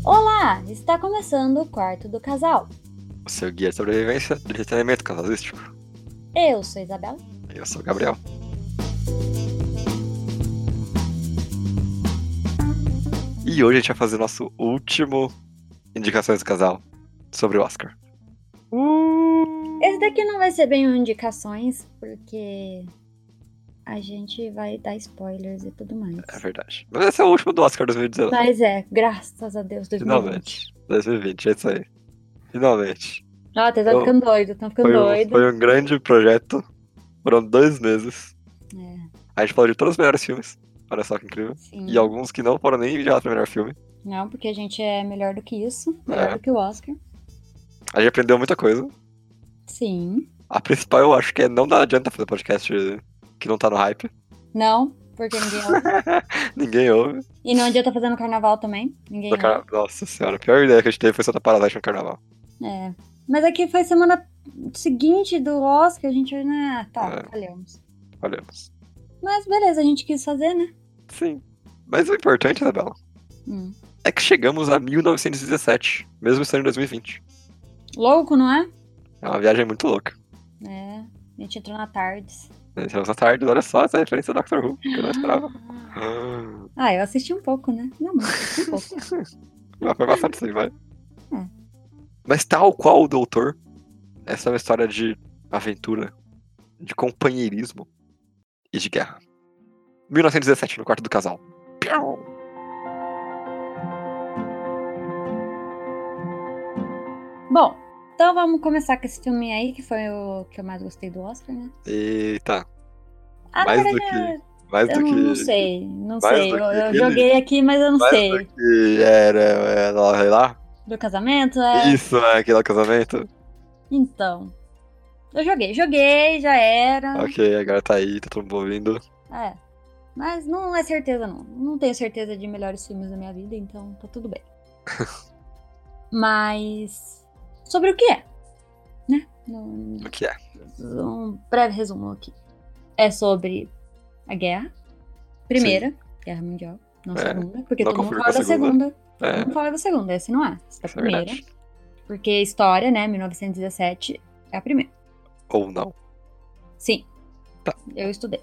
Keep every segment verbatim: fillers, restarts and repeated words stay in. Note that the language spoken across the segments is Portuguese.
Olá! Está começando o Quarto do Casal. O seu guia de sobrevivência do entretenimento casalístico. Eu sou a Isabela. Eu sou o Gabriel. E hoje a gente vai fazer nosso último Indicações do Casal sobre o Oscar. Uh! Esse daqui não vai ser bem um indicações, porque a gente vai dar spoilers e tudo mais. É verdade. Mas esse é o último do Oscar dois mil e dezenove. Mas é, graças a Deus, dois mil e vinte. Finalmente. dois mil e vinte, é isso aí. Finalmente. Ó, vocês estão Eu- ficando doidos, estão ficando Foi um, doidos. foi um grande projeto. Foram dois meses. É, A gente falou de todos os melhores filmes. Olha só que incrível. sim. E alguns que não foram nem indicados para melhor filme. Não, porque a gente é melhor do que isso, melhor É. do que o Oscar. A gente aprendeu muita coisa. Sim. A principal eu acho que é não dá adianta fazer podcast que não tá no hype. Não, porque ninguém ouve. Ninguém ouve. E não adianta fazer no carnaval também, ninguém No ouve. car- Nossa senhora, a pior ideia que a gente teve foi Santa Parasite no carnaval. É. Mas aqui foi semana seguinte do Oscar, a gente, né, tá, É. falhamos. Olhamos. Mas beleza, a gente quis fazer, né? Sim. Mas o importante, Isabela, Hum. é que chegamos a mil novecentos e dezessete, mesmo estando em dois mil e vinte. Louco, não é? É uma viagem muito louca. É, a gente entrou na Tardes. Entramos na tarde, olha só essa referência do Doctor Who, que eu não esperava. Ah, eu assisti um pouco, né? Não, mas assisti um pouco. Mas foi bastante sim, vai. É. Mas tal qual o Doutor, essa é uma história de aventura, de companheirismo e de guerra. mil novecentos e dezessete, no quarto do casal. Piau! Bom, então vamos começar com esse filme aí, que foi o que eu mais gostei do Oscar, né? Eita, Ah, mais na do verdade, que... Mais eu do não, que... não sei, não mais sei. do Eu, que eu ele- joguei aqui, mas eu não mais sei. do que era, era lá, sei lá. Do casamento, é. Isso, é aquele casamento. Então. Eu joguei, joguei, já era. Ok, agora tá aí, tá todo mundo ouvindo. É. Mas não é certeza, não. Não tenho certeza de melhores filmes da minha vida, então tá tudo bem. Mas. Sobre o que é? Né? Um, O que é? um breve resumo aqui. É sobre a guerra. Primeira Guerra Mundial. Não É, segunda. Porque não todo mundo confunde fala com a da segunda. Todo É, mundo fala da segunda. Essa não é. Essa é a isso é primeira. verdade. Porque a história, né? mil novecentos e dezessete é a primeira. Ou não. Sim. Tá. Eu estudei.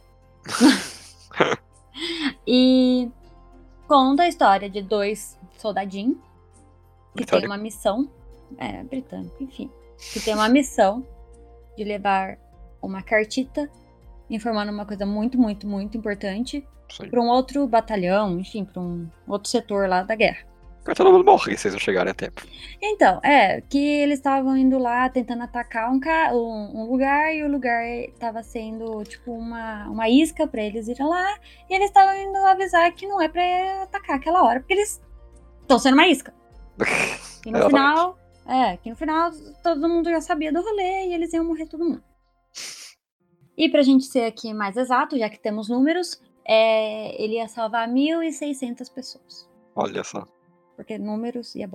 E conta a história de dois soldadinhos que tem Britânico. uma missão. É, britânico, enfim. Que tem uma missão de levar uma cartita informando uma coisa muito, muito, muito importante Sim. para um outro batalhão, enfim, para um outro setor lá da guerra. Vai todo mundo morrer se vocês não chegarem a tempo. Então, é, que eles estavam indo lá tentando atacar um, ca... um, um lugar e o lugar estava sendo tipo uma, uma isca para eles irem lá e eles estavam indo avisar que não é para atacar aquela hora, porque eles estão sendo uma isca. E no Exatamente. final, é, que no final todo mundo já sabia do rolê e eles iam morrer todo mundo. E pra gente ser aqui mais exato, já que temos números, é, ele ia salvar mil e seiscentas pessoas. Olha só. Porque números e é bom.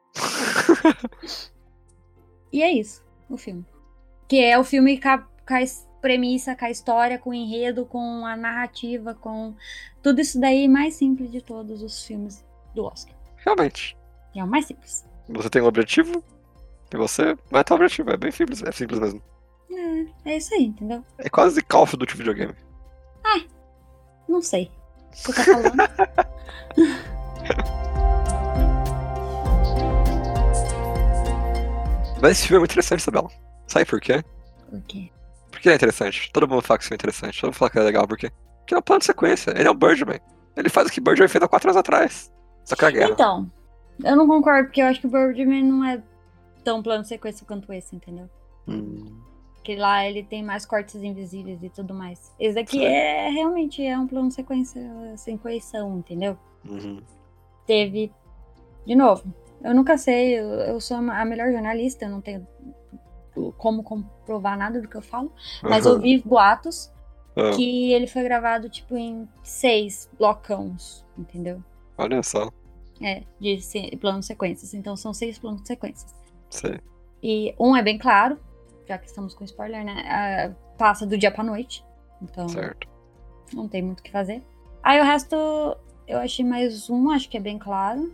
E é isso, o filme. Que é o filme com a, com a premissa, com a história, com o enredo, com a narrativa, com tudo isso daí mais simples de todos os filmes do Oscar. Realmente. É o mais simples. Você tem um objetivo e você vai ter um objetivo. É bem simples, é simples mesmo. É, é isso aí, entendeu? É quase Call of Duty videogame. Não sei. Você tá falando? Mas esse filme é muito interessante, Isabela. Sabe por quê? Por quê? Porque ele é interessante. Todo mundo fala que isso é interessante. Todo mundo fala que é legal, por quê? Porque é um plano de sequência. Ele é um Birdman. Ele faz o que Birdman fez há quatro anos atrás. Só que é a guerra. Então, eu não concordo, porque eu acho que o Birdman não é tão plano de sequência quanto esse, entendeu? Hum, Porque lá ele tem mais cortes invisíveis e tudo mais. Esse daqui Sim. é realmente é um plano de sequência sem coerção, entendeu? uhum. Teve. De novo, eu nunca sei, eu, eu sou a melhor jornalista, eu não tenho como comprovar nada do que eu falo, mas eu vi boatos Ah, que ele foi gravado tipo em seis blocões, entendeu? olha só. É, de se- plano de sequências. Então são seis planos de sequências. Sei. E um é bem claro, já que estamos com spoiler, né? Ah, passa do dia pra noite. Então Certo. não tem muito o que fazer. Aí o resto eu achei mais um, acho que é bem claro.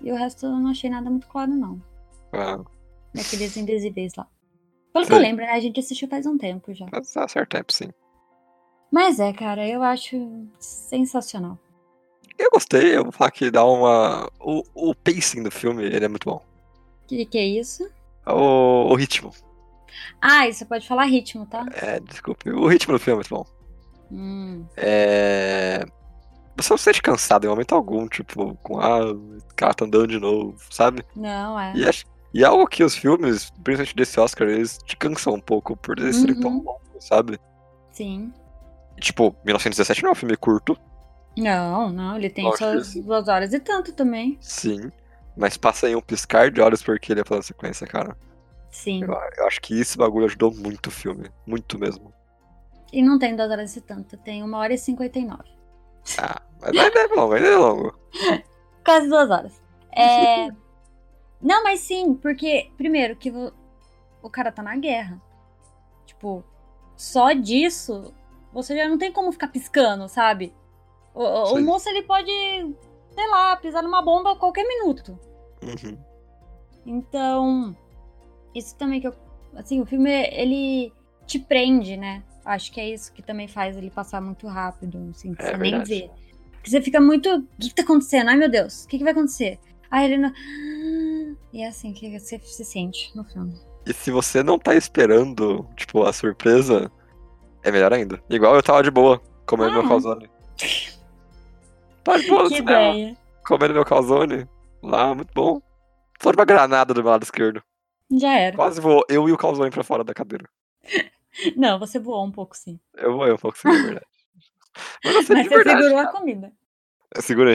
E o resto eu não achei nada muito claro, não. Ah, Daqueles invisíveis lá. Pelo que sei. eu lembro, né? A gente assistiu faz um tempo já. Mas tá certo tempo, sim. Mas é, cara, eu acho sensacional. Eu gostei, eu vou falar que dá uma. O, o pacing do filme, ele é muito bom. Que que é isso? O, o ritmo. Ah, e você pode falar ritmo, tá? É, desculpe. O ritmo do filme é muito bom. Hum. É. Você não se sente cansado em momento algum, tipo, com ah, o cara tá andando de novo, sabe? Não, é. E, acho- e é algo que os filmes, principalmente desse Oscar, eles te cansam um pouco por eles serem tão Uhum. longos, sabe? Sim. E, tipo, mil novecentos e dezessete não é um filme curto, Não, não, ele tem longe suas disso. duas horas e tanto também. Sim. Mas passa em um piscar de olhos porque ele é plano sequência, cara. Sim. Eu, eu acho que esse bagulho ajudou muito o filme. Muito mesmo. E não tem duas horas e tanto, tem uma hora e cinquenta e nove. Ah, mas ainda é longo, ainda é longo. Quase duas horas. É. Não, mas sim, porque, primeiro, que vo- o cara tá na guerra. Tipo, só disso, você já não tem como ficar piscando, sabe? O, o- o Sim. moço, ele pode, sei lá, pisar numa bomba a qualquer minuto. Uhum. Então, isso também que eu. Assim, o filme, ele te prende, né? Acho que é isso que também faz ele passar muito rápido, assim, que É você nem verdade. vê. Porque você fica muito. O que, que tá acontecendo? Ai, meu Deus, o que, que vai acontecer? Aí ele não. E é assim que você se sente no filme. E se você não tá esperando, tipo, a surpresa, é melhor ainda. Igual eu tava de boa, comendo meu Ah, calzone. Tava de boa no que cinema, ideia. comendo meu calzone. Lá, muito bom. Só de uma granada do meu lado esquerdo. Já era. Quase vou eu e o calzone pra fora da cadeira. Não, você voou um pouco, sim. Eu vou eu um pouco, sim, é verdade. Mas eu sei Mas de você verdade, segurou a cara. comida. Eu segurei.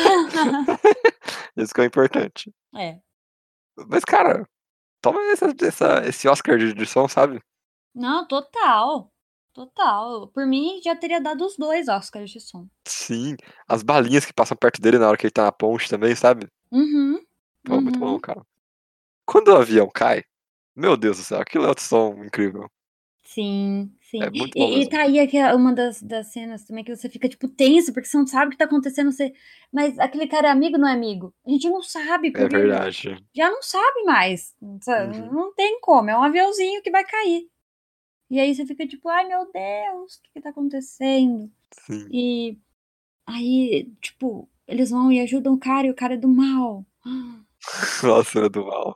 Isso que é importante. É. Mas, cara, toma essa, essa- esse Oscar de edição, sabe? Não, total. Total. Por mim, já teria dado os dois Oscars de som. Sim. As balinhas que passam perto dele na hora que ele tá na ponte também, sabe? Uhum. Pô, muito bom, Uhum. cara. Quando o avião cai, meu Deus do céu, aquilo é outro som incrível. Sim, sim. É muito bom E, e mesmo. tá aí aqui uma das, das cenas também que você fica, tipo, tenso, porque você não sabe o que tá acontecendo. Você... Mas aquele cara é amigo ou não é amigo? A gente não sabe, É porque verdade. já não sabe mais. Sabe? Uhum. Não tem como, é um aviãozinho que vai cair. E aí você fica tipo, ai meu Deus, o que que tá acontecendo? Sim. E aí, tipo, eles vão e ajudam o cara e o cara é do mal. Nossa, é do mal.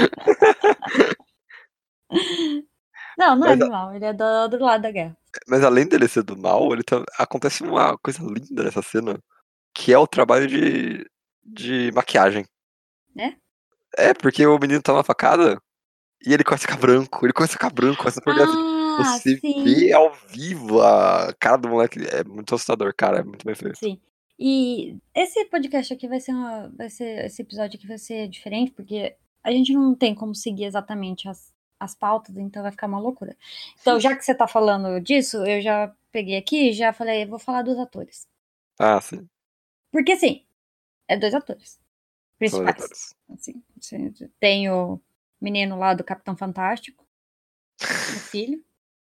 Não, não é Mas, do mal, ele é do, do lado da guerra. mas além dele ser do mal, ele tá... acontece uma coisa linda nessa cena, que é o trabalho de, de maquiagem. Né? É, porque o menino tá na facada e ele começa a ficar branco, ele começa a ficar branco, começa a perder a vida. Ah, Você vê sim, ao vivo a cara do moleque, é muito assustador, cara, é muito bem feito. sim. E esse podcast aqui vai ser uma, vai ser, esse episódio aqui vai ser diferente, porque a gente não tem como seguir exatamente as, as pautas, então vai ficar uma loucura. Então, já que você tá falando disso, eu já peguei aqui e já falei, eu vou falar dos atores. Ah, sim, Porque, assim, é dois atores são os principais. atores. Assim, você tem o menino lá do Capitão Fantástico, o filho.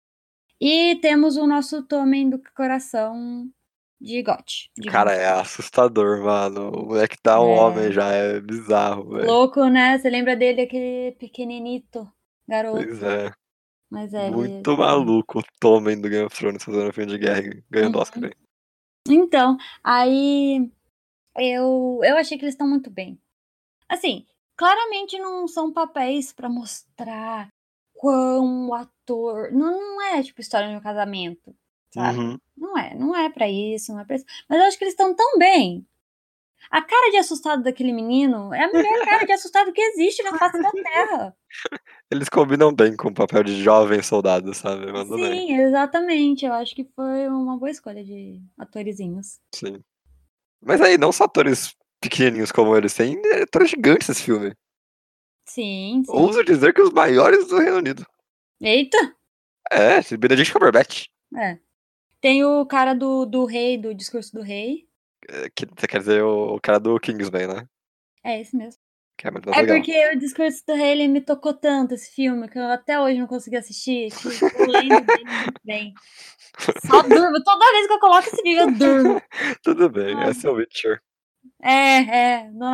E temos o nosso Tomem do Coração de Got, de Game Cara, of é Thrones. assustador, mano. O moleque tá um homem É já, é bizarro, velho. louco, né? Você lembra dele, aquele pequeninito Pois garoto. é. Mas é, ele. Muito maluco o Tommen do Game of Thrones fazendo filme de guerra e ganhando Oscar Uhum. aí. Então, aí eu, eu achei que eles estão muito bem. Assim, claramente não são papéis pra mostrar quão o ator. Não, não é tipo história de um casamento, sabe? Uhum. Não é, não é pra isso, não é pra isso. Mas eu acho que eles estão tão bem. A cara de assustado daquele menino é a melhor cara de assustado que existe na face da Terra. Eles combinam bem com o papel de jovem soldado, sabe? Mandou bem. Sim, exatamente. Eu acho que foi uma boa escolha de atorizinhos. Sim. Mas aí, não só atores pequenininhos como eles, tem atores gigantes nesse filme. Sim, sim. Ouso dizer que os maiores do Reino Unido. Eita! É, esse Benedict Cumberbatch. É. Tem o cara do, do rei, do discurso do rei. É, que, você quer dizer o, o cara do Kingsman, né? É esse mesmo. Que é muito mais É legal. porque o discurso do rei, ele me tocou tanto, esse filme, que eu até hoje não consegui assistir. Que eu lembro dele muito bem. Só durmo. Toda vez que eu coloco esse vídeo, eu durmo. Tudo bem, Ai, esse é o Witcher. é, é. Não,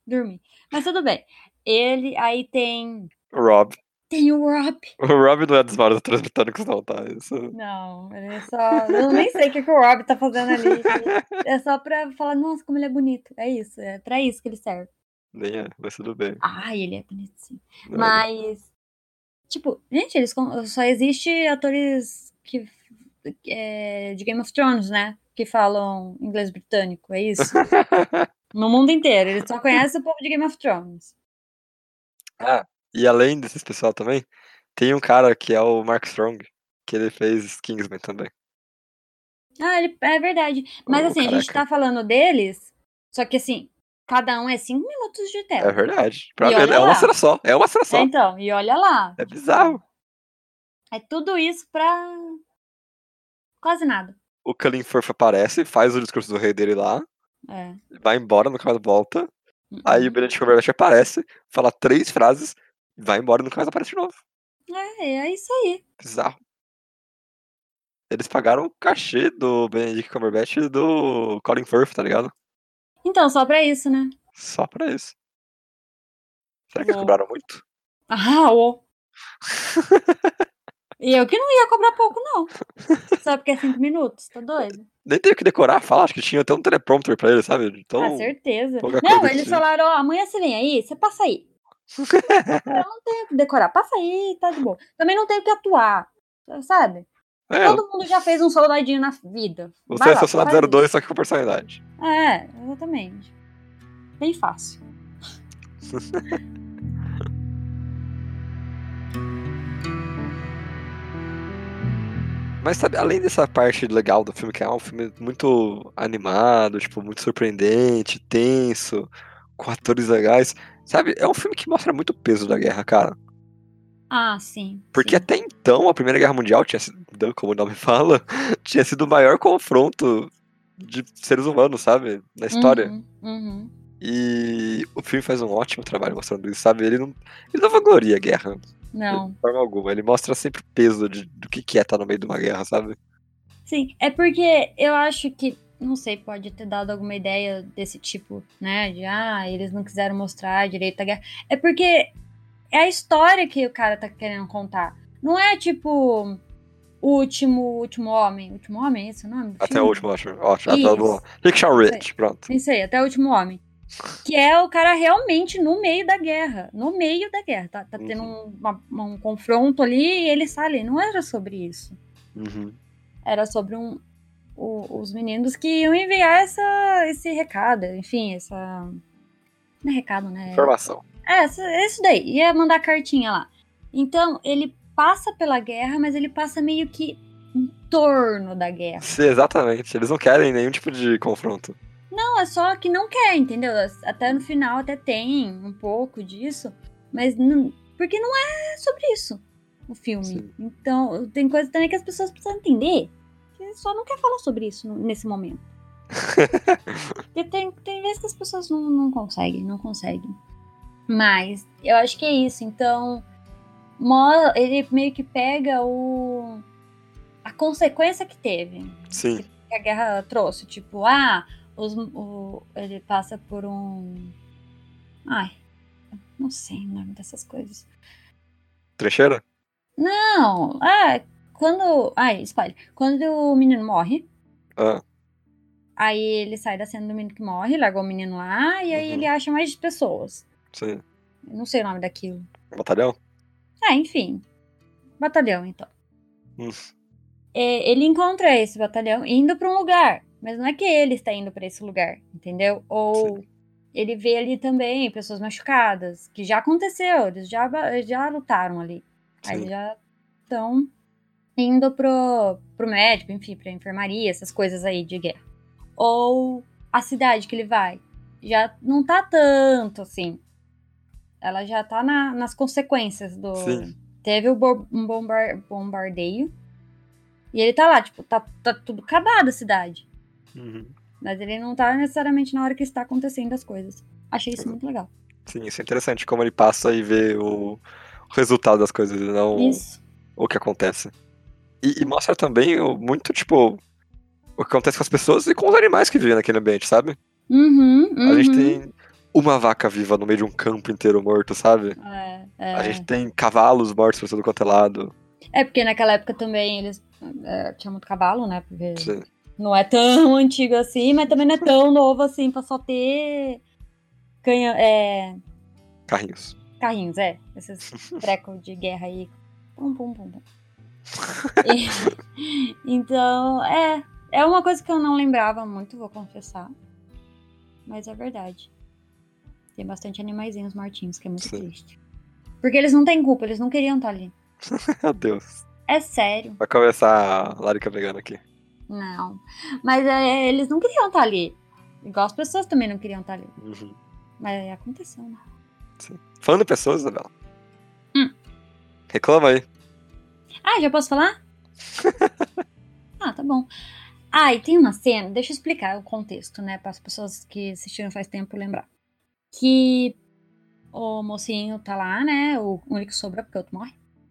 dormi. Mas tudo bem. Ele, aí tem... O Rob. Tem o Rob. O Rob não é dos maiores atores britânicos, não, tá? Isso... Não, ele é só... Eu nem sei o que, que o Rob tá fazendo ali. É só pra falar, nossa, como ele é bonito. É isso, é pra isso que ele serve. Nem é, mas tudo bem. Ah, ele é bonito, sim. Não, Mas... Tipo, gente, eles con- só existe atores que, é, de Game of Thrones, né? Que falam inglês britânico, é isso? No mundo inteiro, eles só conhecem o povo de Game of Thrones. Ah, e além desse pessoal também, tem um cara que é o Mark Strong, que ele fez Kingsman também. Ah, ele, é verdade. Mas O assim, a gente careca. tá falando deles, só que assim, cada um é cinco minutos de É tela. verdade. Pra E ver, olha é uma lá. cena só. É uma cena É, só. então, e olha lá. É Tipo, bizarro. é tudo isso pra quase nada. O Colin Firth aparece, faz o discurso do rei dele lá, É. vai embora, nunca mais volta. Aí o Uhum. Benedict Cumberbatch aparece, fala três frases, vai embora e nunca mais aparece de novo. É, é isso aí. Bizarro. Eles pagaram o cachê do Benedict Cumberbatch e do Colin Firth, tá ligado? Então, só pra isso, né? Só pra isso. Será que eles Uou. cobraram muito? Ah, ô. E eu que não ia cobrar pouco, não. Só porque é cinco minutos, tá doido? Nem tenho que decorar, fala, acho que tinha até um teleprompter pra ele, sabe? Então, Ah, certeza. pouca Não, coisa que eles tinha. falaram, ó, amanhã você vem aí, você passa aí. Eu não tenho que decorar, passa aí, tá de boa. Também não tenho que atuar, sabe? É, Todo mundo já fez um soldadinho na vida. você Vai é lá, seu Soldado faz zero dois, isso. só que com personalidade. É, exatamente. Bem fácil. Mas sabe, além dessa parte legal do filme, que é um filme muito animado, tipo, muito surpreendente, tenso, com atores legais, sabe? É um filme que mostra muito o peso da guerra, cara. Ah, sim. Porque sim. até então, a Primeira Guerra Mundial tinha sido, como o nome fala, tinha sido o maior confronto de seres humanos, sabe? Na história. Uhum, uhum. E o filme faz um ótimo trabalho mostrando isso, sabe? Ele não, ele não vangloria a guerra, Não. de forma alguma. Ele mostra sempre o peso de, do que que é estar no meio de uma guerra, sabe? Sim, é porque eu acho que, não sei, pode ter dado alguma ideia desse tipo, né? De, ah, eles não quiseram mostrar direito a guerra. É porque é a história que o cara tá querendo contar. Não é tipo o último, último homem. Último homem, é esse o nome do Até filme? o último, acho. Ótimo. Isso. Rickshaw Isso aí. Rich, pronto. Isso aí, até o último homem. Que é o cara realmente no meio da guerra. No meio da guerra. Tá, tá tendo Uhum. um, uma- um confronto ali e ele sai ali. Não era sobre isso. Uhum. Era sobre um, o- os meninos que iam enviar essa, esse recado. Enfim, essa. Não é recado, né? Informação. É, essa- isso daí. Ia mandar cartinha lá. Então, ele passa pela guerra, mas ele passa meio que em torno da guerra. Sim, exatamente. Eles não querem nenhum tipo de confronto. Não, é só que não quer, entendeu? Até no final até tem um pouco disso, mas não, porque não é sobre isso o filme. Sim. Então, tem coisa também que as pessoas precisam entender. Que só não quer falar sobre isso no- nesse momento. Porque tem, tem vezes que as pessoas não, não conseguem, não conseguem. Mas eu acho que é isso. Então, mo- ele meio que pega o a consequência que teve. Sim. Que a guerra trouxe. Tipo, ah, os, o, ele passa por um... Ai, não sei o nome dessas coisas. Trecheira? Não, ah, quando... Ai, spoiler. Quando o menino morre, Ah, aí ele sai da cena do menino que morre, largou o menino lá, e aí Uhum. ele acha mais pessoas. sim. Eu não sei o nome daquilo. Batalhão? Ah, enfim. Batalhão, então. Hum. É, ele encontra esse batalhão indo pra um lugar, mas não é que ele está indo pra esse lugar, entendeu? Ou Sim. ele vê ali também pessoas machucadas, que já aconteceu, eles já, ba- já lutaram ali. Aí Sim. eles já estão indo pro, pro médico, enfim, pra enfermaria, essas coisas aí de guerra. Ou a cidade que ele vai, já não tá tanto assim. Ela já tá na- nas consequências do... Sim. Teve o bo- um bombar- bombardeio, e ele tá lá, tipo, tá, tá tudo acabado a cidade. Uhum. Mas ele não tá necessariamente na hora que está acontecendo as coisas. Achei isso muito legal. Sim, isso é interessante, como ele passa e vê o, o resultado das coisas, e não Isso. o que acontece. E, e mostra também o, muito, tipo, o que acontece com as pessoas e com os animais que vivem naquele ambiente, sabe? Uhum, uhum. A gente tem uma vaca viva no meio de um campo inteiro morto, sabe? É, é. A gente tem cavalos mortos por todo quanto é lado. É, porque naquela época também eles é, tinham muito cavalo, né? Porque Sim. não é tão antigo assim, mas também não é tão novo assim pra só ter canha, é, Carrinhos. carrinhos, é. Esses trecos de guerra aí. Pum, pum, pum, pum. E, então, é. É uma coisa que eu não lembrava muito, vou confessar. Mas é verdade. Tem bastante animaizinhos mortinhos, que é muito Sim. triste. Porque eles não têm culpa, eles não queriam estar ali. Meu Deus. É sério. Vai começar a larica vegana aqui. Não. Mas é, eles não queriam estar ali. Igual as pessoas também não queriam estar ali. Uhum. Mas aconteceu, né? Sim. Falando em pessoas, Isabela. Hum. Reclama aí. Ah, já posso falar? Ah, tá bom. Ah, e tem uma cena, deixa eu explicar o contexto, né? Para as pessoas que assistiram faz tempo lembrar. Que o mocinho tá lá, né? O único que sobrou, porque o outro morre.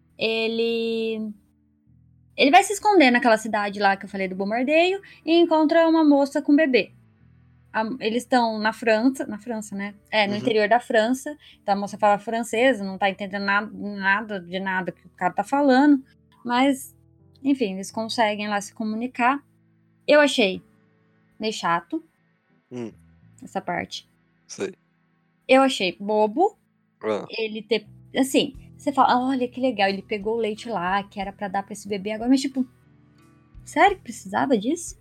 Ele. Ele vai se esconder naquela cidade lá que eu falei do bombardeio e encontra uma moça com bebê. A, eles estão na França, na França, né? É, no Uhum. interior da França. Então a moça fala francesa, não tá entendendo nada, nada de nada que o cara tá falando. Mas, enfim, eles conseguem lá se comunicar. Eu achei meio chato Hum. essa parte. Sei. Eu achei bobo Ah. ele ter. Assim, você fala, olha que legal, ele pegou o leite lá, que era pra dar pra esse bebê agora, mas tipo, sério que precisava disso?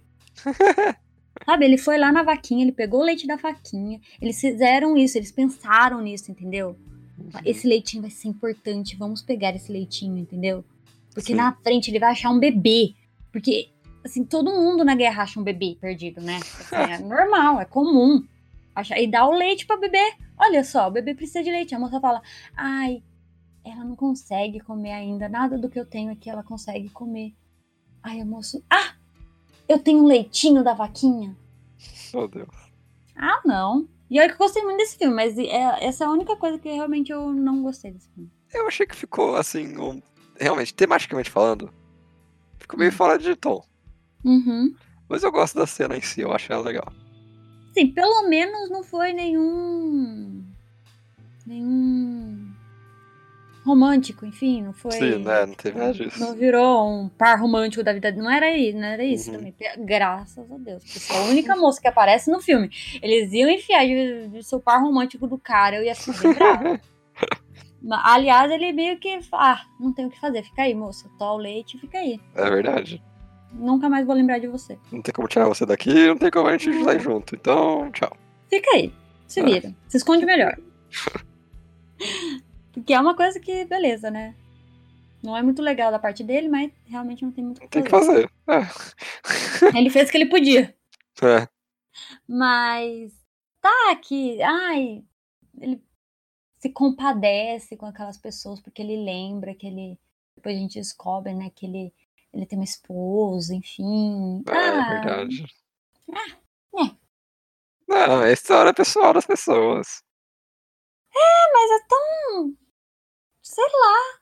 Sabe, ele foi lá na vaquinha, ele pegou o leite da vaquinha, eles fizeram isso, eles pensaram nisso, entendeu? Uhum. Esse leitinho vai ser importante, vamos pegar esse leitinho, entendeu? Porque Sim. na frente ele vai achar um bebê. Porque, assim, todo mundo na guerra acha um bebê perdido, né? Assim, é normal, é comum. Achar, e dá o leite pra bebê. Olha só, o bebê precisa de leite. A moça fala, ai, ela não consegue comer ainda, nada do que eu tenho aqui ela consegue comer. Ai, a moça, ah, eu tenho um leitinho da vaquinha. Meu Deus. Ah, não. E olha que eu gostei muito desse filme, mas é, essa é a única coisa que realmente eu não gostei desse filme. Eu achei que ficou, assim, um... realmente, tematicamente falando, ficou meio Hum. fora de tom. Uhum. Mas eu gosto da cena em si, eu acho ela legal. Sim, pelo menos não foi nenhum... Nenhum... romântico, enfim, não foi... Sim, né? Não teve nada disso. Não virou um par romântico da vida. Não era isso, não era isso Uhum. também. Graças a Deus. Porque se a única moça que aparece no filme, eles iam enfiar de, de ser o par romântico do cara, eu ia ficar bem brava. Aliás, ele meio que... Ah, não tem o que fazer. Fica aí, moça. Tó o leite e fica aí. É verdade. Nunca mais vou lembrar de você. Não tem como tirar você daqui, não tem como a gente sair junto. Então, tchau. Fica aí. Se É. vira. Se esconde melhor. Porque é uma coisa que, beleza, né? Não é muito legal da parte dele, mas realmente não tem muito o que Tem que fazer. fazer. É. Ele fez o que ele podia. É. Mas tá que, ai, ele se compadece com aquelas pessoas porque ele lembra que ele, depois a gente descobre, né, que ele, ele tem uma esposa, enfim. É, ah, é verdade. Ah, é. Não, é a história pessoal das pessoas. É, mas é tão, sei lá.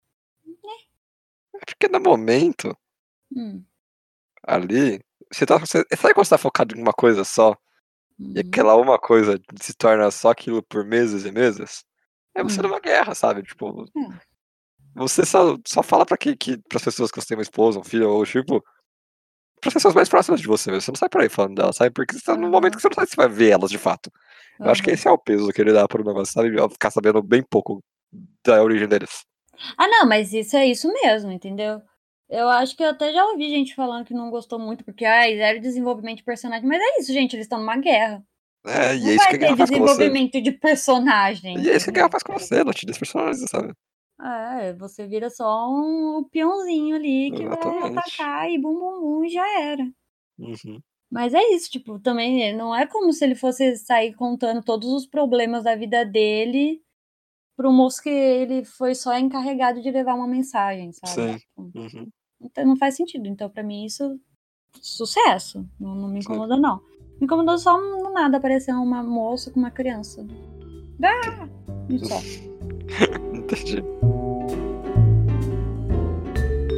É porque no momento, Hum. ali, você tá, você, sabe quando você tá focado em uma coisa só? Uhum. E aquela uma coisa se torna só aquilo por meses e meses? É você Hum. numa guerra, sabe? Tipo, Hum. você só, só fala pra que, que, pras pessoas que você tem uma esposa, um filho, ou tipo, pras pessoas mais próximas de você mesmo. Você não sai por aí falando delas, sabe? Porque você tá num momento Uhum. que você não sabe se vai ver elas de fato. Eu acho que Uhum. esse é o peso que ele dá pro negócio, sabe? Eu ficar sabendo bem pouco da origem deles. Ah, não, mas isso é isso mesmo, entendeu? Eu acho que eu até já ouvi gente falando que não gostou muito, porque, ai, zero desenvolvimento de personagem. Mas é isso, gente, eles estão numa guerra. É, e Não é isso que vai a ter guerra faz com você. desenvolvimento de personagem, E é isso que a guerra entendeu? faz com você, ela te dá os personagens, sabe? É, você vira só um peãozinho ali que vai Exatamente. atacar e bum bum bum e já era. Uhum. Mas é isso, tipo, também não é como se ele fosse sair contando todos os problemas da vida dele pro moço que ele foi só encarregado de levar uma mensagem, sabe? Sim. Tipo, Uhum. então não faz sentido. Então, pra mim, isso sucesso. Não, não me Sim. incomoda, não. Me incomodou só no nada aparecer uma moça com uma criança. Ah! E só. Entendi.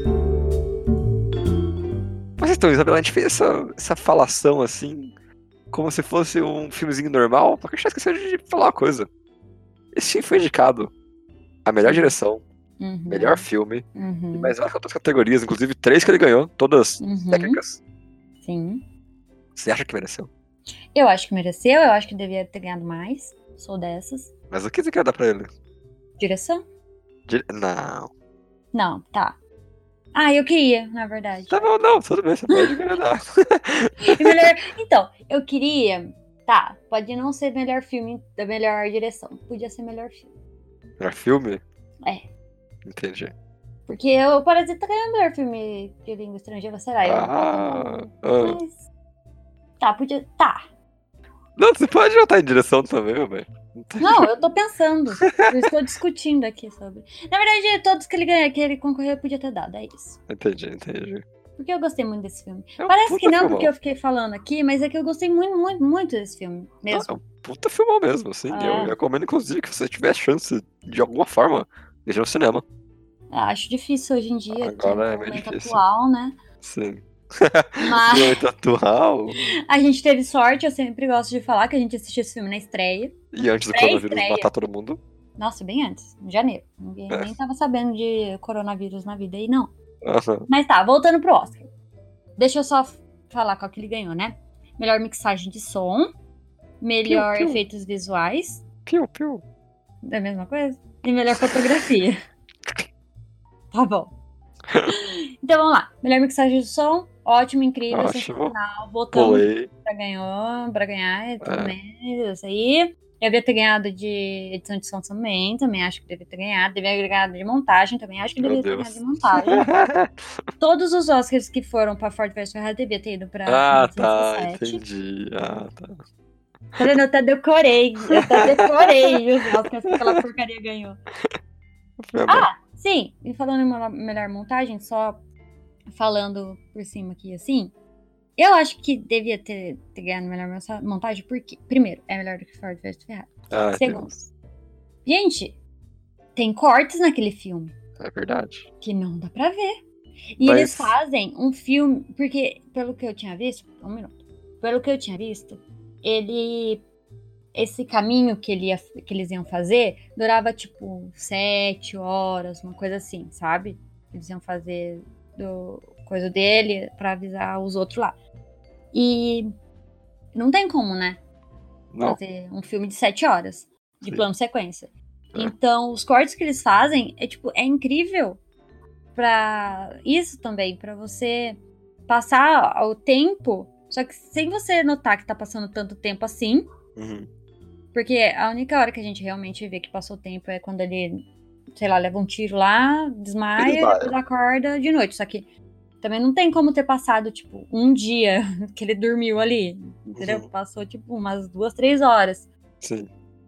Mas então, Isabela, a gente fez essa, essa falação assim, como se fosse um filmezinho normal, só que a gente esqueceu de falar uma coisa. Esse filme foi indicado a melhor Sim. direção, Uhum. melhor filme, Uhum. e mais várias outras categorias, inclusive três que ele ganhou, todas Uhum. técnicas. Sim. Você acha que mereceu? Eu acho que mereceu, eu acho que devia ter ganhado mais. Sou dessas. Mas o que você quer dar pra ele? Direção? Dire... Não. Não, tá. Ah, eu queria, na verdade. Tá bom, não, tudo bem, você pode ganhar. E melhor... Então, eu queria... Tá, pode não ser melhor filme da melhor direção. Podia ser melhor filme. Melhor filme? É. Entendi. Porque o Parasita ganhou o melhor filme de língua estrangeira, será? Eu Ah, não ah. Mas... Tá, podia... Tá. Não, você pode votar em direção também, meu bem. Não, eu tô pensando. Eu estou discutindo aqui sobre. Na verdade, todos que ele ganha, que ele concorreu, podia ter dado, é isso. Entendi, entendi. Porque eu gostei muito desse filme. É um Parece que não, filmão. porque eu fiquei falando aqui, mas é que eu gostei muito, muito, muito desse filme. Mesmo. Não, é um puta filmão mesmo, assim. É. Eu recomendo, inclusive, que você tiver chance, de alguma forma, de ir no cinema. Acho difícil hoje em dia, Agora que é no é meio momento difícil. atual, né? Sim. Mas Muito atual. a gente teve sorte, eu sempre gosto de falar que a gente assistiu esse filme na estreia. E antes do Pré-estreia. coronavírus matar todo mundo. Nossa, bem antes, em janeiro. Ninguém É. nem tava sabendo de coronavírus na vida aí, não. Aham. Mas tá, voltando pro Oscar. Deixa eu só falar qual que ele ganhou, né? Melhor mixagem de som, melhor Piu, piu. efeitos visuais, Piu, piu. é a mesma coisa? E melhor fotografia. Tá bom. Então vamos lá. Melhor mixagem de som, ótimo, incrível, Ótimo. sensacional. Votamos Pulei. pra ganhou, pra ganhar, tudo É. bem, isso aí. Eu devia ter ganhado de edição de som também, também acho que devia ter ganhado. Devia ter ganhado de montagem, também acho que Meu devia ter Deus. ganhado de montagem. Todos os Oscars que foram pra Ford versus Ferrari devia ter ido pra Ah, mil novecentos tá, e dezessete. entendi. Ah, tá. Tá vendo? Eu até decorei. Eu até decorei os Oscars que aquela porcaria ganhou. Foi mal. Ah, sim. E falando em uma melhor montagem, só falando por cima aqui assim, eu acho que devia ter, ter ganhado melhor montagem, porque, primeiro, é melhor do que Ford versus Ferrari. Ah, Segundo, Deus. gente, tem cortes naquele filme É verdade. que não dá pra ver. E Mas- eles fazem um filme, porque, pelo que eu tinha visto, um minuto, pelo que eu tinha visto, ele, esse caminho que, ele ia, que eles iam fazer, durava tipo sete horas, uma coisa assim, sabe? Eles iam fazer do coisa dele pra avisar os outros lá. E não tem como, né? Não. Fazer um filme de sete horas, de Sim. plano sequência. É. Então, os cortes que eles fazem é tipo, é incrível pra isso também, pra você passar o tempo, só que sem você notar que tá passando tanto tempo assim, Uhum. porque a única hora que a gente realmente vê que passou tempo é quando ele, sei lá, leva um tiro lá, desmaia e Desmaia. depois acorda de noite. Só que também não tem como ter passado, tipo, um dia que ele dormiu ali, entendeu? Uhum. Passou, tipo, umas duas, três horas. Sim.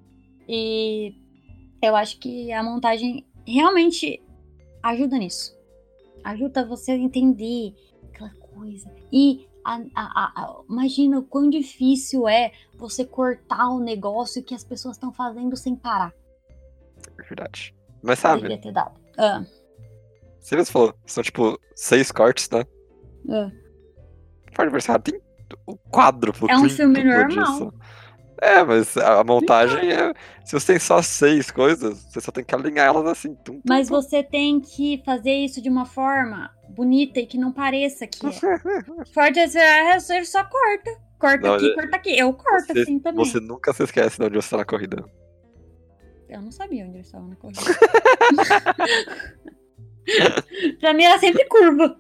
E eu acho que a montagem realmente ajuda nisso. Ajuda você a entender aquela coisa. E a, a, a, a, imagina o quão difícil é você cortar um negócio que as pessoas estão fazendo sem parar. É verdade. Mas sabe, Devia ter dado. Ah, você mesmo falou, são tipo seis cortes, né? ah. Ford versus Ferrari tem o quádruplo, É um triplo filme normal. disso. É, mas a a montagem é. Se você tem só seis coisas, você só tem que alinhar elas assim. Tum, tum, Mas tum. você tem que fazer isso de uma forma bonita e que não pareça que é. Ford versus Ferrari, você só corta. Corta Não, aqui, é- corta aqui. Eu corto Você, assim também. você nunca se esquece de onde você tá na corrida. Eu não sabia onde eles estavam na corrida. Pra mim era sempre curva.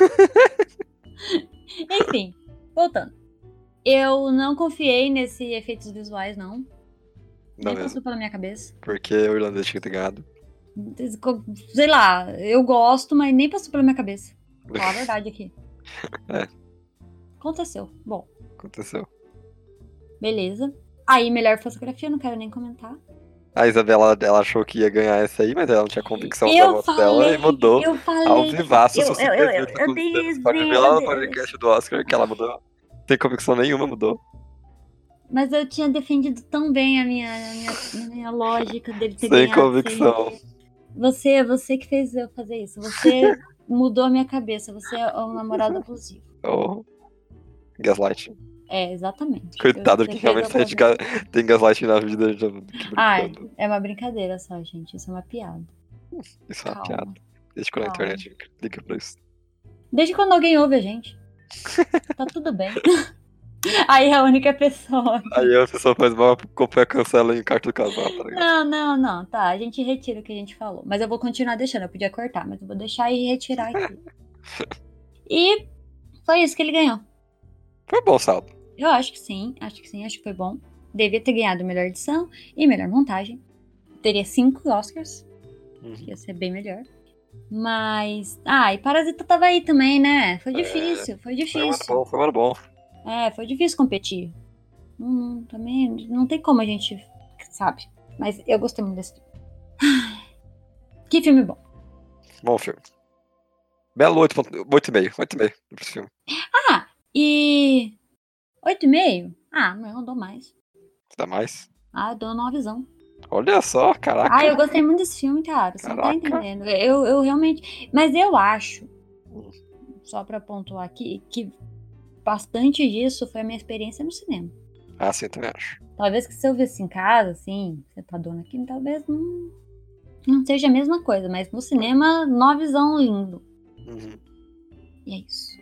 Enfim, voltando. Eu não confiei nesse efeitos visuais, não. Não Nem mesmo. passou pela minha cabeça. Porque o irlandês tinha que ter ganhado. Sei lá, eu gosto, mas nem passou pela minha cabeça. Vou falar a verdade aqui. É. Aconteceu. Bom, Aconteceu. beleza. Aí, melhor fotografia, não quero nem comentar. A Isabela, ela achou que ia ganhar essa aí, mas ela não tinha convicção da Eu voto dela falei, e mudou. eu falei. Ao vivaço, eu, eu, eu, eu, eu, eu dei Você pode ver lá no podcast do Oscar que ela mudou. Não tem convicção nenhuma, mudou. Mas eu tinha defendido tão bem a minha, a minha, a minha lógica dele ter Sem ganhado. convicção. Sem... Você, você que fez eu fazer isso. Você mudou a minha cabeça. Você é um namorado abusivo. Oh. Gaslight. É, exatamente. Coitado, Eu que você fez realmente a a gente ga- tem gaslighting na vida, já que Ah, brincando. é uma brincadeira só, gente. Isso é uma piada. Isso é uma piada. Calma, Desde quando a calma. internet liga pra isso. Desde quando alguém ouve a gente, tá tudo bem. Aí é a única pessoa Aí que. a pessoa faz mal, acompanha, cancela em carta do casal, tá ligado? Não, não, não. Tá, a gente retira o que a gente falou. Mas eu vou continuar deixando. Eu podia cortar, mas eu vou deixar e retirar aqui. E foi isso que ele ganhou. Foi bom saldo. Eu acho que sim, acho que sim, acho que foi bom. Devia ter ganhado melhor edição e melhor montagem. Teria cinco Oscars. Uhum. Ia ser bem melhor. Mas. Ah, e Parasita tava aí também, né? Foi difícil, foi Foi muito difícil. bom, foi muito bom. É, foi difícil competir. Hum, também não tem como a gente. Sabe? Mas eu gostei muito desse filme. Que filme bom. Bom filme. Belo oito e meio. oito e meio pra esse filme. Ah, e. oito e meio? Ah, não, eu dou mais. Dá mais? Ah, eu dou novenzão. Olha só, caraca. Ah, eu gostei muito desse filme, cara. Você não tá Caraca. entendendo. Eu, eu realmente. Mas eu acho, só pra pontuar aqui, que bastante disso foi a minha experiência no cinema. Ah, sim, também acho. Talvez que se eu visse em casa, assim, sentadona aqui, talvez não, não seja a mesma coisa. Mas no cinema, novezão lindo. Uhum. E é isso.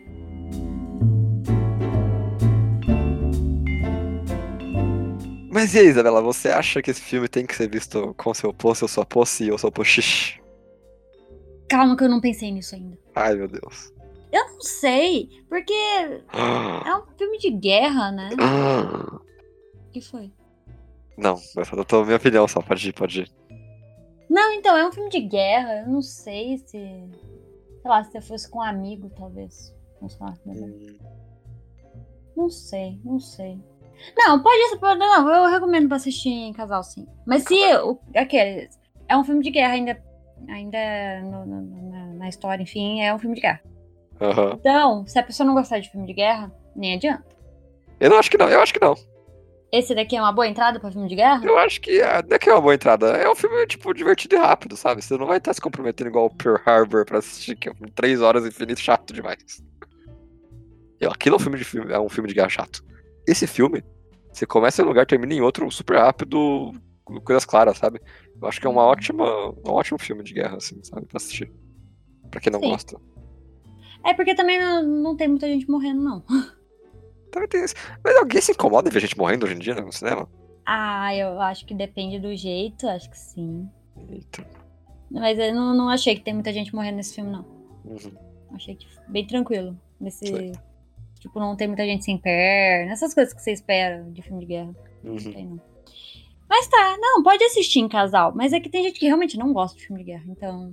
Mas e aí, Isabela, você acha que esse filme tem que ser visto com seu pô, seu sua pô, se ou seu pô xixi? Calma que eu não pensei nisso ainda. Ai, meu Deus. Eu não sei, porque Ah, é um filme de guerra, né? ah. O que foi? Não, eu tô minha opinião só, pode ir, pode ir. Não, então, é um filme de guerra. Eu não sei se... Sei lá, se eu fosse com um amigo, talvez. Não sei lá. Hum, Não sei, não sei. Não, pode ser, pode, não, eu recomendo pra assistir em casal, sim. Mas se o, aquele é um filme de guerra ainda, ainda no- no- na, na história, enfim, é um filme de guerra. Aham. Então, se a pessoa não gostar de filme de guerra, nem adianta. Eu não acho que não, eu acho que não. Esse daqui é uma boa entrada pra filme de guerra? Eu acho que ah, não é que é uma boa entrada. É um filme, tipo, divertido e rápido, sabe? Você não vai estar se comprometendo igual o Pearl Harbor pra assistir, que é um filme de três horas infinito chato demais. Eu, aquilo é um filme de filme, é um filme de guerra chato. Esse filme, você começa em um lugar e termina em outro super rápido, com coisas claras, sabe? Eu acho que é uma ótima, um ótimo filme de guerra, assim, sabe? Pra assistir. Pra quem não Sim. gosta. É porque também não, não tem muita gente morrendo, não. Também tem isso. Mas alguém se incomoda em ver gente morrendo hoje em dia no cinema? Ah, eu acho que depende do jeito, acho que sim. Eita. Mas eu não, não achei que tem muita gente morrendo nesse filme, não. Uhum. Achei que bem tranquilo. Nesse, Sei. tipo, não tem muita gente sem perna, essas coisas que você espera de filme de guerra. Não Uhum. tem, não. Mas tá, não, pode assistir em casal. Mas é que tem gente que realmente não gosta de filme de guerra, então.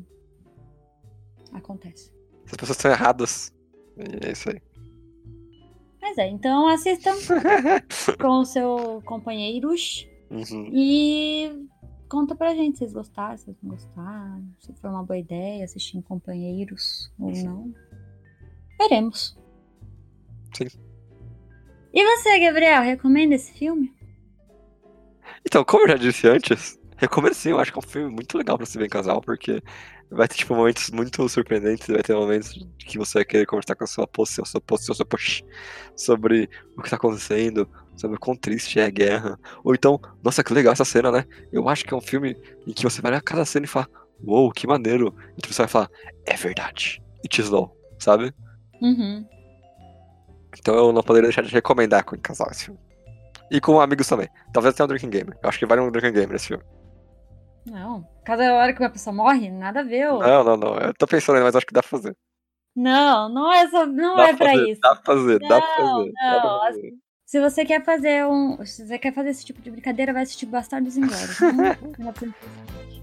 Acontece. As pessoas estão erradas. E é isso aí. Mas é, então assistam com o seu companheiros Uhum. e conta pra gente se vocês gostaram, se vocês não gostaram, se foi uma boa ideia assistir em companheiros ou não. Veremos. Sim. E você, Gabriel, recomenda esse filme? Então, como eu já disse antes, recomendo sim, eu acho que é um filme muito legal pra se ver em casal, porque vai ter, tipo, momentos muito surpreendentes, vai ter momentos que você vai querer conversar com a sua poça, seu, seu, poça, seu, seu, poxa, sobre o que tá acontecendo, sobre o quão triste é a guerra. Ou então, nossa, que legal essa cena, né? Eu acho que é um filme em que você vai olhar cada cena e falar, uou, que maneiro. E você vai falar, é verdade. It is law, sabe? Uhum. Então eu não poderia deixar de recomendar com o casal esse filme. E com amigos também. Talvez tenha um Drinking Game. Eu acho que vale um Drinking Game nesse filme. Não. Cada hora que uma pessoa morre, nada a ver. Ô. Não, não, não. Eu tô pensando aí, mas acho que dá pra fazer. Não, não é, só, não Dá é pra pra fazer, isso. dá pra fazer, dá pra Não, fazer. Dá pra não. fazer. Se você quer fazer um. Se você quer fazer esse tipo de brincadeira, vai assistir Bastardos Inglórios. Não, não é pra isso.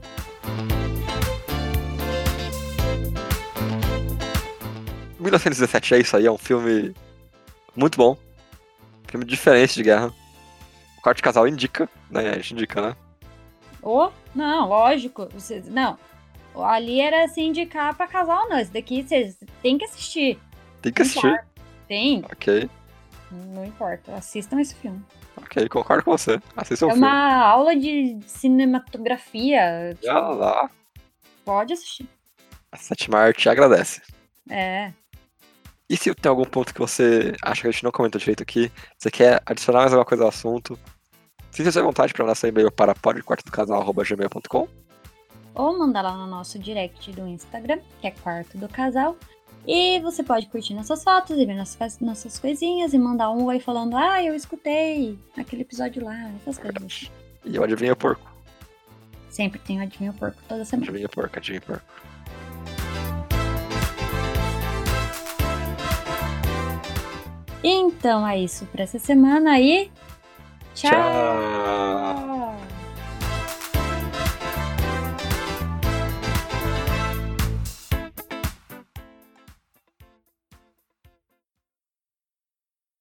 mil novecentos e dezessete é isso aí, é um filme muito bom. Filme diferente de guerra. O Quarto de Casal indica, né? A gente indica, né? Ô, não, lógico. Você, não. Ali era se indicar pra casal, não. Esse daqui você tem que assistir. Tem que Não assistir. importa. Tem. Ok, Não importa. Assistam esse filme. ok, concordo com você. Assista o É filme. uma aula de cinematografia. Já lá. Pode assistir. A Sétima Arte agradece. É. E se tem algum ponto que você acha que a gente não comentou direito aqui, você quer adicionar mais alguma coisa ao assunto, sinta-se à vontade para mandar seu e-mail para podquartodocasal arroba gmail ponto com. Ou mandar lá no nosso direct do Instagram, que é Quarto do Casal. E você pode curtir nossas fotos e ver nossas, nossas coisinhas e mandar um oi falando, ah, eu escutei aquele episódio lá, essas coisas. E eu adivinho porco. Sempre tem o Adivinha o Porco, toda semana. Adivinha porco, adivinha porco. Então é isso para essa semana e tchau! Tchau!